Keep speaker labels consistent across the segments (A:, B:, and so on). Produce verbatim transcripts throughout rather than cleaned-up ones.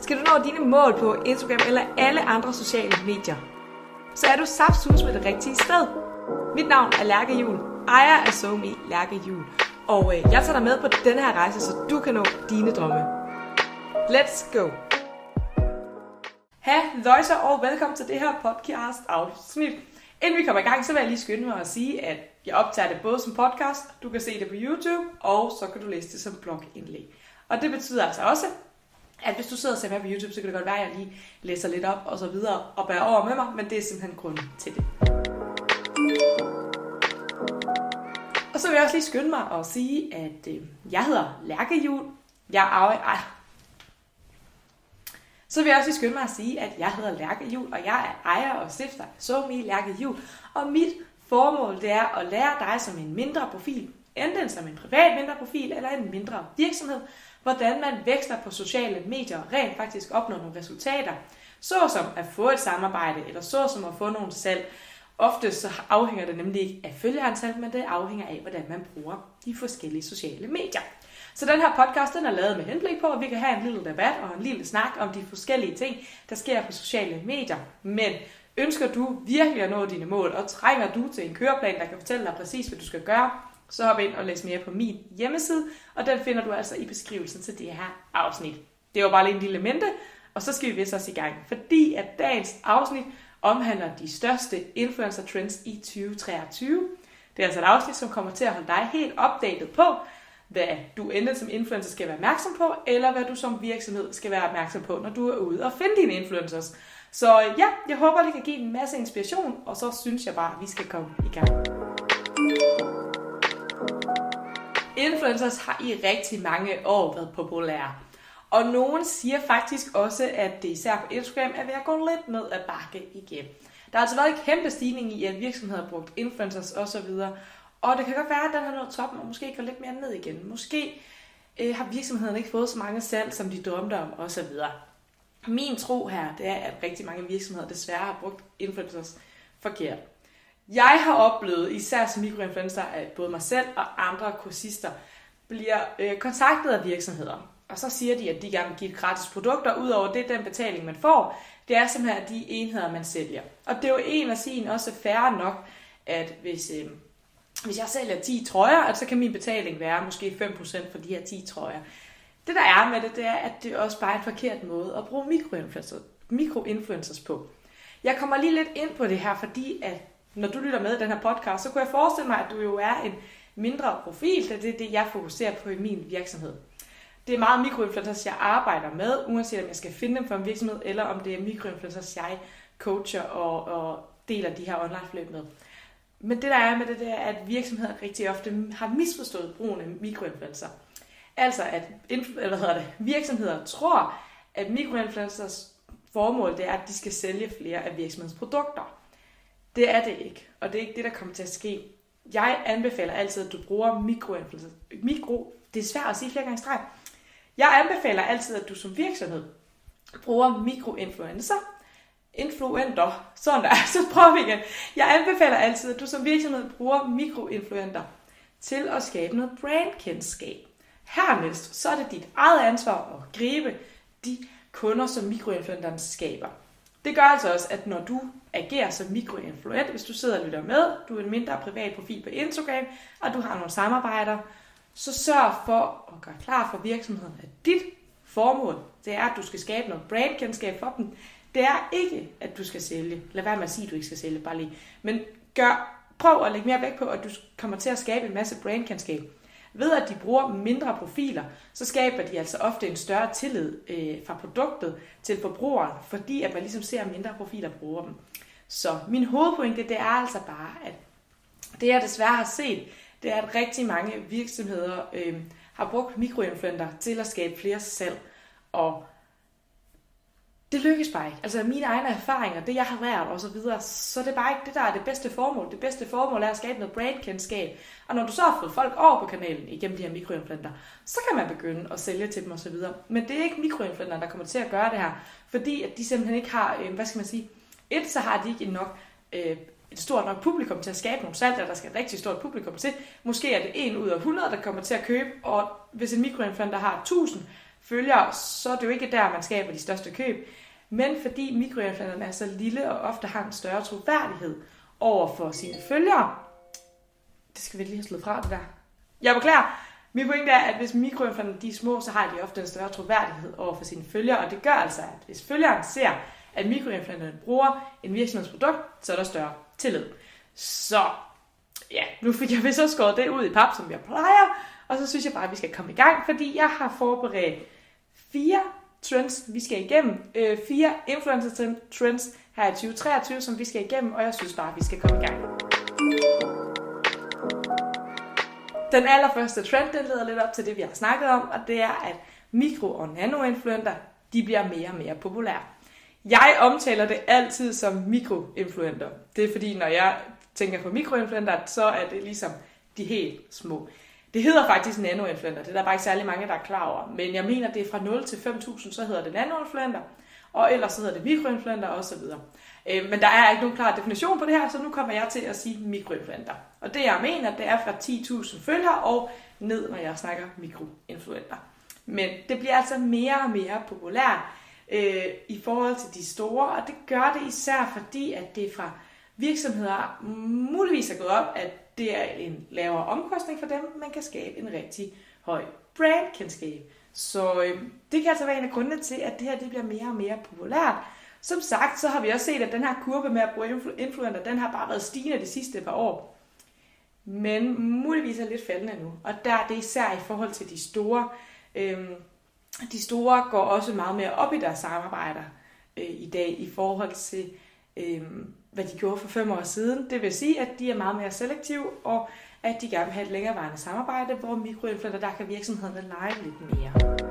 A: Skal du nå dine mål på Instagram eller alle andre sociale medier, så er du saftsus med det rigtige sted. Mit navn er Lærke Juhl, ejer af SoMe Lærke Juhl, og øh, jeg tager dig med på denne her rejse, så du kan nå dine drømme. Let's go! Halløjsa og velkommen til det her podcast afsnit. Inden vi kommer i gang, så vil jeg lige skynde mig at sige, at jeg optager det både som podcast, du kan se det på YouTube, og så kan du læse det som blogindlæg. Og det betyder altså også, at hvis du sidder og ser med på YouTube, så kan det godt være, at jeg lige læser lidt op og så videre og bærer over med mig, men det er simpelthen grunden til det. Og så vil jeg også lige skynde mig at sige, at øh, jeg hedder Lærke Juhl. Jeg er ej. Så vil jeg også lige skynde mig at sige, at jeg hedder Lærke Juhl, og jeg er ejer og stifter af SoMe Lærke Juhl. Og mit formål det er at lære dig som en mindre profil, enten som en privat mindre profil eller en mindre virksomhed, hvordan man vækster på sociale medier og rent faktisk opnår nogle resultater, såsom at få et samarbejde eller såsom at få nogle salg. Ofte så afhænger det nemlig ikke af følgeantal, men det afhænger af, hvordan man bruger de forskellige sociale medier. Så den her podcast den er lavet med henblik på, at vi kan have en lille debat og en lille snak om de forskellige ting, der sker på sociale medier. Men ønsker du virkelig at nå dine mål, og trænger du til en køreplan, der kan fortælle dig præcis, hvad du skal gøre, så hop ind og læs mere på min hjemmeside, og den finder du altså i beskrivelsen til det her afsnit. Det var bare lige en lille mente, og så skal vi vist os i gang, fordi at dagens afsnit omhandler de største influencer trends i tyve treogtyve. Det er altså et afsnit, som kommer til at holde dig helt opdateret på, hvad du enten som influencer skal være opmærksom på, eller hvad du som virksomhed skal være opmærksom på, når du er ude og finde dine influencers. Så ja, jeg håber, det kan give en masse inspiration, og så synes jeg bare, at vi skal komme i gang. Influencers har i rigtig mange år været populære. Og nogen siger faktisk også, at det især på Instagram er ved at gå lidt ned ad bakke igen. Der har altså været en kæmpe stigning i, at virksomheder har brugt influencers osv. Og det kan godt være, at den har nået toppen og måske går lidt mere ned igen. Måske øh, har virksomhederne ikke fået så mange salg, som de drømte om osv. Min tro her, det er, at rigtig mange virksomheder desværre har brugt influencers forkert. Jeg har oplevet, især som mikroinfluencer, at både mig selv og andre kursister bliver øh, kontaktet af virksomheder. Og så siger de, at de gerne vil give gratis produkter, udover det, den betaling, man får. Det er simpelthen de enheder, man sælger. Og det er jo en af sine også fair nok, at hvis, øh, hvis jeg sælger ti trøjer, så kan min betaling være måske fem procent for de her ti trøjer. Det der er med det, det er, at det er også bare en forkert måde at bruge mikroinfluencers, mikroinfluencers på. Jeg kommer lige lidt ind på det her, fordi at når du lytter med i den her podcast, så kunne jeg forestille mig, at du jo er en mindre profil, det er det, jeg fokuserer på i min virksomhed. Det er meget mikroinfluencers, jeg arbejder med, uanset om jeg skal finde dem for en virksomhed, eller om det er mikroinfluencers, jeg coacher og, og deler de her online-forløb med. Men det der er med det, det er, at virksomheder rigtig ofte har misforstået brugen af mikroinfluencer. Altså, at hvad hedder det, virksomheder tror, at mikroinfluencers formål det er, at de skal sælge flere af virksomhedens produkter. Det er det ikke, og det er ikke det, der kommer til at ske. Jeg anbefaler altid, at du bruger mikroinfluencer. Mikro, det er svært at sige flere gange i streg. Jeg anbefaler altid, at du som virksomhed bruger mikroinfluencer. Influenter. Sådan der. Så prøver vi igen. Jeg anbefaler altid, at du som virksomhed bruger mikroinfluenter til at skabe noget brandkendskab. Hernæst, så er det dit eget ansvar at gribe de kunder, som mikroinfluenterne skaber. Det gør altså også, at når du agerer som mikroinfluent, hvis du sidder og lytter med, du er en mindre privat profil på Instagram, og du har nogle samarbejder, så sørg for at gøre klar for virksomheden, at dit formål, det er, at du skal skabe noget brandkendskab for dem. Det er ikke, at du skal sælge. Lad være med at sige, at du ikke skal sælge, bare lige. Men gør, prøv at lægge mere vægt på, at du kommer til at skabe en masse brandkendskab. Ved at de bruger mindre profiler, så skaber de altså ofte en større tillid øh, fra produktet til forbrugeren, fordi at man ligesom ser mindre profiler bruger dem. Så min hovedpointe, det er altså bare, at det jeg desværre har set, det er, at rigtig mange virksomheder øh, har brugt mikroinfluenter til at skabe flere salg, og det lykkes bare ikke. Altså mine egne erfaringer, det jeg har lært og så videre, så det er bare ikke det, der er det bedste formål. Det bedste formål er at skabe noget brandkendskab. Og når du så har fået folk over på kanalen igennem de her mikroinfluenter, så kan man begynde at sælge til dem og så videre. Men det er ikke mikroinfluenter, der kommer til at gøre det her, fordi at de simpelthen ikke har, øh, hvad skal man sige, et, så har de ikke nok øh, et stort nok publikum til at skabe nogle salg, der skal et rigtig stort publikum til. Måske er det en ud af hundrede, der kommer til at købe, og hvis en mikroinfluencer har tusind følgere, så er det jo ikke der, man skaber de største køb. Men fordi mikroinfluenceren er så lille og ofte har en større troværdighed over for sine følgere. Det skal vi lige have slået fra det der. Jeg beklager. Min pointe er, at hvis mikroinfluencerne de er små, så har de ofte en større troværdighed over for sine følgere. Og det gør altså, at hvis følgeren ser, at mikroinfluencerne bruger en virksomhedsprodukt, så er der større tillid. Så ja, nu fik jeg vist så skåret det ud i pap, som jeg plejer. Og så synes jeg bare, at vi skal komme i gang, fordi jeg har forberedt fire trends, vi skal igennem. Øh, fire influencer trends her i tyve treogtyve, som vi skal igennem, og jeg synes bare, at vi skal komme i gang. Den allerførste trend, den leder lidt op til det, vi har snakket om, og det er, at mikro- og nanoinfluencer, de bliver mere og mere populære. Jeg omtaler det altid som mikroinfluencer. Det er fordi, når jeg tænker på mikroinfluencer, så er det ligesom de helt små. Det hedder faktisk nanoinfluencer, det er der bare ikke særlig mange, der er klar over. Men jeg mener, det er fra nul til fem tusind, så hedder det nanoinfluencer, og ellers så hedder det mikroinfluencer osv. Men der er ikke nogen klar definition på det her, så nu kommer jeg til at sige mikroinfluencer. Og det jeg mener, det er fra ti tusind følgere og ned, når jeg snakker mikroinfluencer. Men det bliver altså mere og mere populært øh, i forhold til de store, og det gør det især fordi, at det fra virksomheder muligvis er gået op, at det er en lavere omkostning for dem, man kan skabe en rigtig høj brandkendskab. Så øh, det kan altså være en af grundene til, at det her det bliver mere og mere populært. Som sagt, så har vi også set, at den her kurve med at bruge influencer, den har bare været stigende de sidste par år. Men muligvis er lidt faldende nu. Og der er det især i forhold til de store. Øhm, de store går også meget mere op i deres samarbejder øh, i dag i forhold til, øh, hvad de gjorde for fem år siden. Det vil sige, at de er meget mere selektive, og at de gerne vil have et længerevarende samarbejde, hvor mikroinfluencer, der kan virksomhederne lege lidt mere.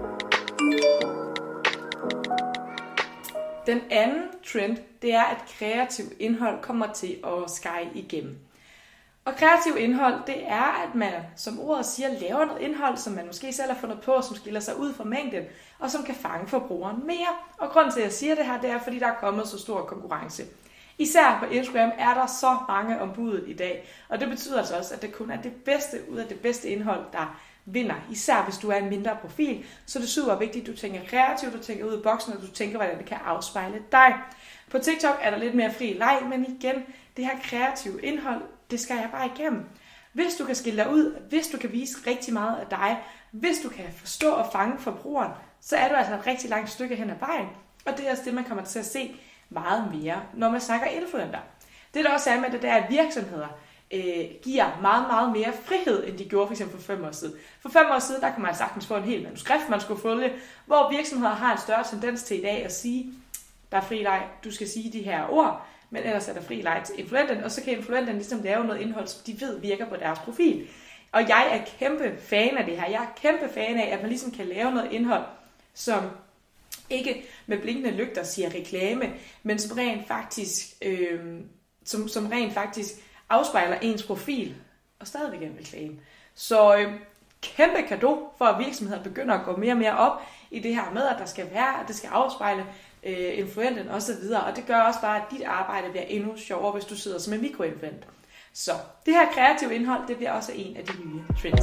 A: Den anden trend, det er, at kreativ indhold kommer til at skære igennem. Og kreativ indhold, det er, at man, som ordet siger, laver noget indhold, som man måske selv har fundet på, som skiller sig ud fra mængden, og som kan fange forbrugeren mere. Og grunden til, at jeg siger det her, det er, fordi der er kommet så stor konkurrence. Især på Instagram er der så mange om budet i dag, og det betyder altså også, at det kun er det bedste ud af det bedste indhold, der vinder. Især hvis du er en mindre profil, så er det super vigtigt, at du tænker kreativt, du tænker ud af boksen, og du tænker, hvordan det kan afspejle dig. På TikTok er der lidt mere fri leg, men igen, det her kreative indhold, det skal jeg bare igennem. Hvis du kan skille dig ud, hvis du kan vise rigtig meget af dig, hvis du kan forstå og fange forbrugeren, så er du altså et rigtig langt stykke hen ad vejen. Og det er også det, man kommer til at se meget mere, når man snakker influencer. Det der også er med det, der er, at virksomheder øh, giver meget, meget mere frihed, end de gjorde for eksempel for fem år siden. For fem år siden, der kunne man sagtens få en hel manuskript, man skulle følge, hvor virksomheder har en større tendens til i dag at sige, der er fri leg, du skal sige de her ord, men ellers er der fri leg til influenteren, og så kan influenteren ligesom lave noget indhold, som de ved virker på deres profil. Og jeg er kæmpe fan af det her. Jeg er kæmpe fan af, at man ligesom kan lave noget indhold, som ikke med blinkende lygter siger reklame, men som rent faktisk, øh, som, som rent faktisk afspejler ens profil, og stadigvæk en reklame. Så øh, kæmpe cadeau for, at virksomheder begynder at gå mere og mere op i det her med, at der skal være, at det skal afspejle øh, influenten og så videre. Og det gør også bare, at dit arbejde bliver endnu sjovere, hvis du sidder som en mikroinfluent. Så det her kreative indhold, det bliver også en af de nye trends.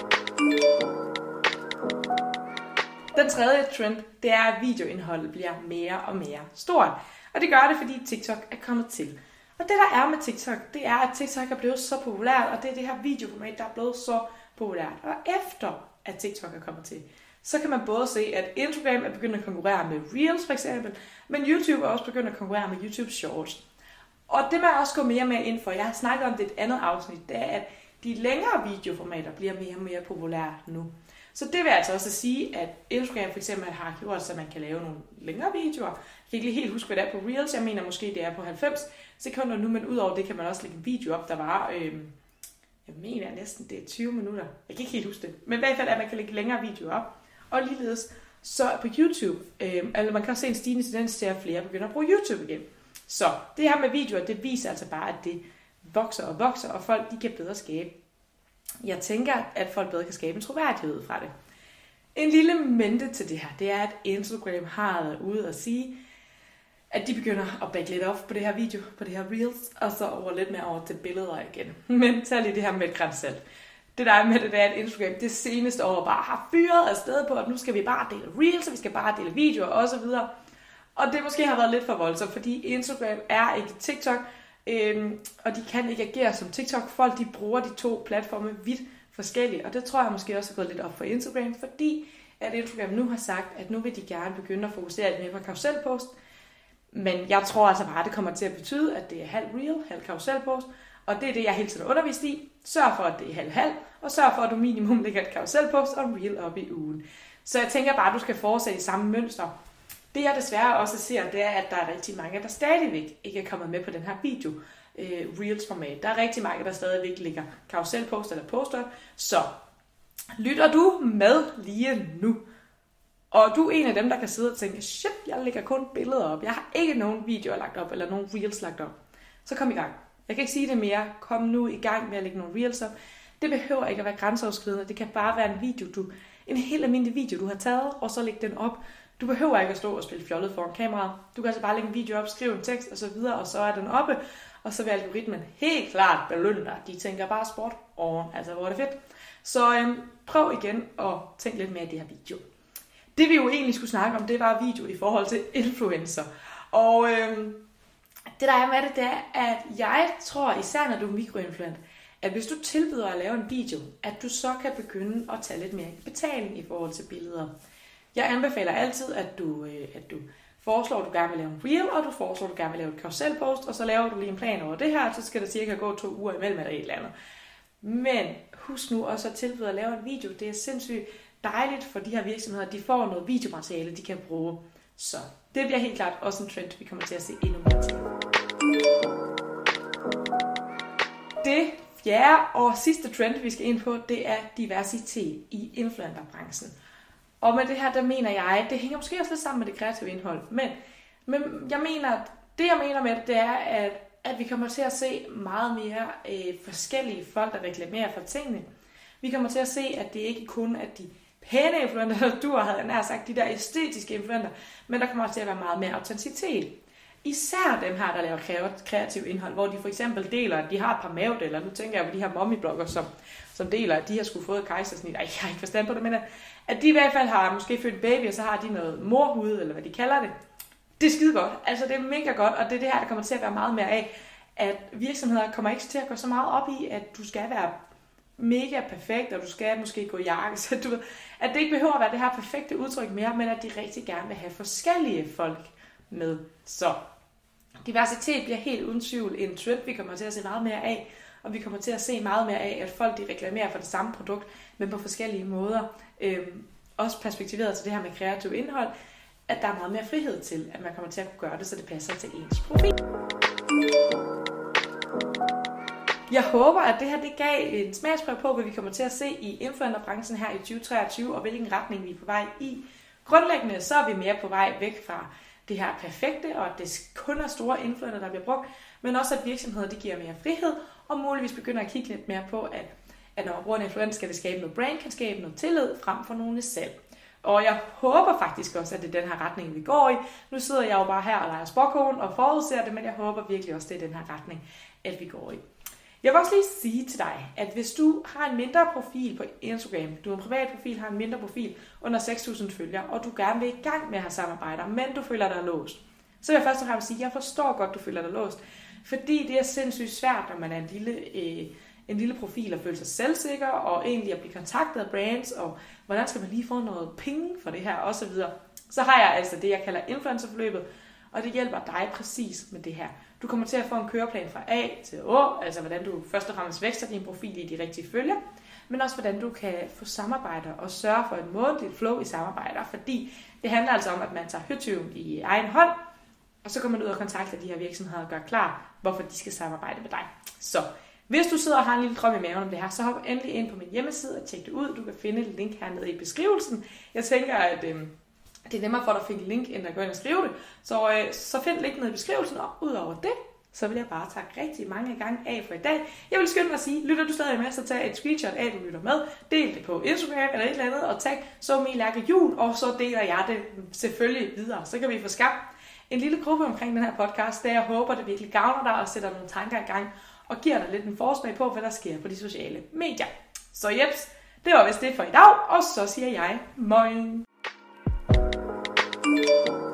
A: Den tredje trend, det er, at videoindholdet bliver mere og mere stort. Og det gør det, fordi TikTok er kommet til. Og det der er med TikTok, det er, at TikTok er blevet så populært, og det er det her videoformat, der er blevet så populært. Og efter at TikTok er kommet til, så kan man både se, at Instagram er begyndt at konkurrere med Reels for eksempel, men YouTube er også begyndt at konkurrere med YouTube Shorts. Og det må jeg også gå mere og mere ind for. Jeg har snakket om det et andet afsnit, det er, at de længere videoformater bliver mere og mere populære nu. Så det vil altså også sige, at Instagram for eksempel har gjort, så man kan lave nogle længere videoer. Jeg kan ikke lige helt huske, hvad det er på Reels. Jeg mener måske, det er på halvfems sekunder nu, men udover det kan man også lægge en video op, der var, øh, jeg mener næsten, det er tyve minutter. Jeg kan ikke helt huske det. Men i hvert fald, at man kan lægge længere videoer op. Og ligeledes, så på YouTube, øh, altså man kan også se en stigende tendens til, at flere begynder at bruge YouTube igen. Så det her med videoer, det viser altså bare, at det vokser og vokser, og folk de kan bedre skabe. Jeg tænker, at folk bedre kan skabe en troværdighed fra det. En lille mente til det her, det er, at Instagram har været ude og sige, at de begynder at back lidt off på det her video, på det her Reels, og så over lidt mere over til billeder igen. Men tag lige det her med et gran salt. det der er med det, der at Instagram det seneste år bare har fyret afsted på, at nu skal vi bare dele reels, og vi skal bare dele videoer osv. Og det måske har været lidt for voldsomt, fordi Instagram er ikke TikTok, øhm, og de kan ikke agere som TikTok. Folk de bruger de to platforme vidt forskellige, og det tror jeg måske også er gået lidt op for Instagram, fordi at Instagram nu har sagt, at nu vil de gerne begynde at fokusere lidt mere på karuselpost. Men jeg tror altså bare, at det kommer til at betyde, at det er halv reel, halv karuselpost, og det er det, jeg hele tiden har undervist i. Sørg for, at det er halv-halv, og sørg for, at du minimum lægger et karuselpost og en reel op i ugen. Så jeg tænker bare, at du skal fortsætte i samme mønster. Det jeg desværre også ser, det er, at der er rigtig mange, der stadigvæk ikke er kommet med på den her video, øh, reels format. Der er rigtig mange, der stadigvæk lægger karuselpost eller poster. Så lytter du med lige nu, og du er en af dem, der kan sidde og tænke, shit, jeg lægger kun billeder op. Jeg har ikke nogen videoer lagt op, eller nogen reels lagt op. Så kom i gang. Jeg kan ikke sige det mere. Kom nu i gang med at lægge nogle reels op. Det behøver ikke at være grænseoverskridende. Det kan bare være en video, du, en helt almindelig video, du har taget, og så lægge den op. Du behøver ikke at stå og spille fjollet foran kameraet. Du kan altså bare lægge en video op, skrive en tekst og så videre, og så er den oppe. Og så vil algoritmen helt klart belønne dig. De tænker bare sport on, altså hvor er det fedt. Så øhm, prøv igen at tænke lidt mere i det her video. Det vi jo egentlig skulle snakke om, det var video i forhold til influencer. Og øhm, det der er med det, det er, at jeg tror, især når du er mikroinfluent, at hvis du tilbyder at lave en video, at du så kan begynde at tage lidt mere betaling i forhold til billeder. Jeg anbefaler altid, at du, øh, at du foreslår, at du gerne vil lave en reel, og du foreslår, at du gerne vil lave et karuselpost, og så laver du lige en plan over det her, så skal der cirka gå to uger imellem eller et eller andet. Men husk nu også at tilbyde at lave en video. Det er sindssygt dejligt for de her virksomheder, de får noget videomateriale, de kan bruge. Så det bliver helt klart også en trend, vi kommer til at se endnu mere til. Det fjerde og sidste trend, vi skal ind på, det er diversitet i influencerbranchen. Og med det her, der mener jeg, det hænger måske også lidt sammen med det kreative indhold, men, men jeg mener, at det jeg mener med det, det er, at, at vi kommer til at se meget mere øh, forskellige folk, der reklamerer for tingene. Vi kommer til at se, at det ikke kun er de pæne influencer, du har nær sagt, de der æstetiske influencer, men der kommer også til at være meget mere autenticitet. Især dem her, der laver kreativ indhold, hvor de for eksempel deler, at de har et par mavedeller. Nu tænker jeg på de her mommy-blogger, som, som deler, at de har skulle fået et kejsersnit. Ej, jeg har ikke forstand på det, men at de i hvert fald har måske født baby, og så har de noget morhud, eller hvad de kalder det. Det er skide godt. Altså, det er mega godt, og det er det her, der kommer til at være meget mere af, at virksomheder kommer ikke til at gå så meget op i, at du skal være mega perfekt, og du skal måske gå i jakke, så du ved, at det ikke behøver at være det her perfekte udtryk mere, men at de rigtig gerne vil have forskellige folk med. Så diversitet bliver helt uden tvivl en trend, vi kommer til at se meget mere af, og vi kommer til at se meget mere af, at folk de reklamerer for det samme produkt, men på forskellige måder. Øhm, også perspektiveret til det her med kreativ indhold, at der er meget mere frihed til, at man kommer til at kunne gøre det, så det passer til ens profil. Jeg håber, at det her det gav en smagsprøve på, hvad vi kommer til at se i influencerbranchen her i tyve treogtyve, og hvilken retning vi er på vej i. Grundlæggende så er vi mere på vej væk fra det her perfekte, og at det kun er store influencer, der bliver brugt, men også at virksomheder de giver mere frihed, og muligvis begynder at kigge lidt mere på, at, at når man bruger en influencer, skal det skabe noget brand, kan skabe noget tillid frem for nogle selv. Og jeg håber faktisk også, at det er den her retning, vi går i. Nu sidder jeg jo bare her og leger spåkonen og forudser det, men jeg håber virkelig også, det er den her retning, at vi går i. Jeg vil også lige sige til dig, at hvis du har en mindre profil på Instagram, du er en privat profil, har en mindre profil under seks tusind følgere, og du gerne vil i gang med at have samarbejder, men du føler dig låst, så vil jeg først og fremmest sige, at jeg forstår godt, du føler dig låst, fordi det er sindssygt svært, når man er en lille, øh, en lille profil og føler sig selvsikker, og egentlig at blive kontaktet af brands, og hvordan skal man lige få noget penge for det her, osv. Så har jeg altså det, jeg kalder influencerforløbet, og det hjælper dig præcis med det her. Du kommer til at få en køreplan fra A til Å, altså hvordan du først og fremmest vækster din profil i de rigtige følger, men også hvordan du kan få samarbejder og sørge for et månedligt flow i samarbejder, fordi det handler altså om, at man tager høtyven i egen hånd, og så kommer man ud og kontakter de her virksomheder og gør klar, hvorfor de skal samarbejde med dig. Så hvis du sidder og har en lille drøm i maven om det her, så hop endelig ind på min hjemmeside og tjek det ud. Du kan finde et link hernede i beskrivelsen. Jeg tænker, at øh, det er nemmere for dig at finde et link, end at gå ind og skrive det. Så, øh, så find linket nede i beskrivelsen, og ud over det, så vil jeg bare takke rigtig mange gange af for i dag. Jeg vil skynde mig at sige, lytter du stadig med, så tag et screenshot af, du lytter med. Del det på Instagram eller et eller andet, og tag SoMe Lærke Jul, og så deler jeg det selvfølgelig videre. Så kan vi få skabt en lille gruppe omkring den her podcast, der jeg håber, det virkelig gavner dig og sætter nogle tanker i gang, og giver dig lidt en forsmag på, hvad der sker på de sociale medier. Så jeps, det var vist det for i dag, og så siger jeg moin.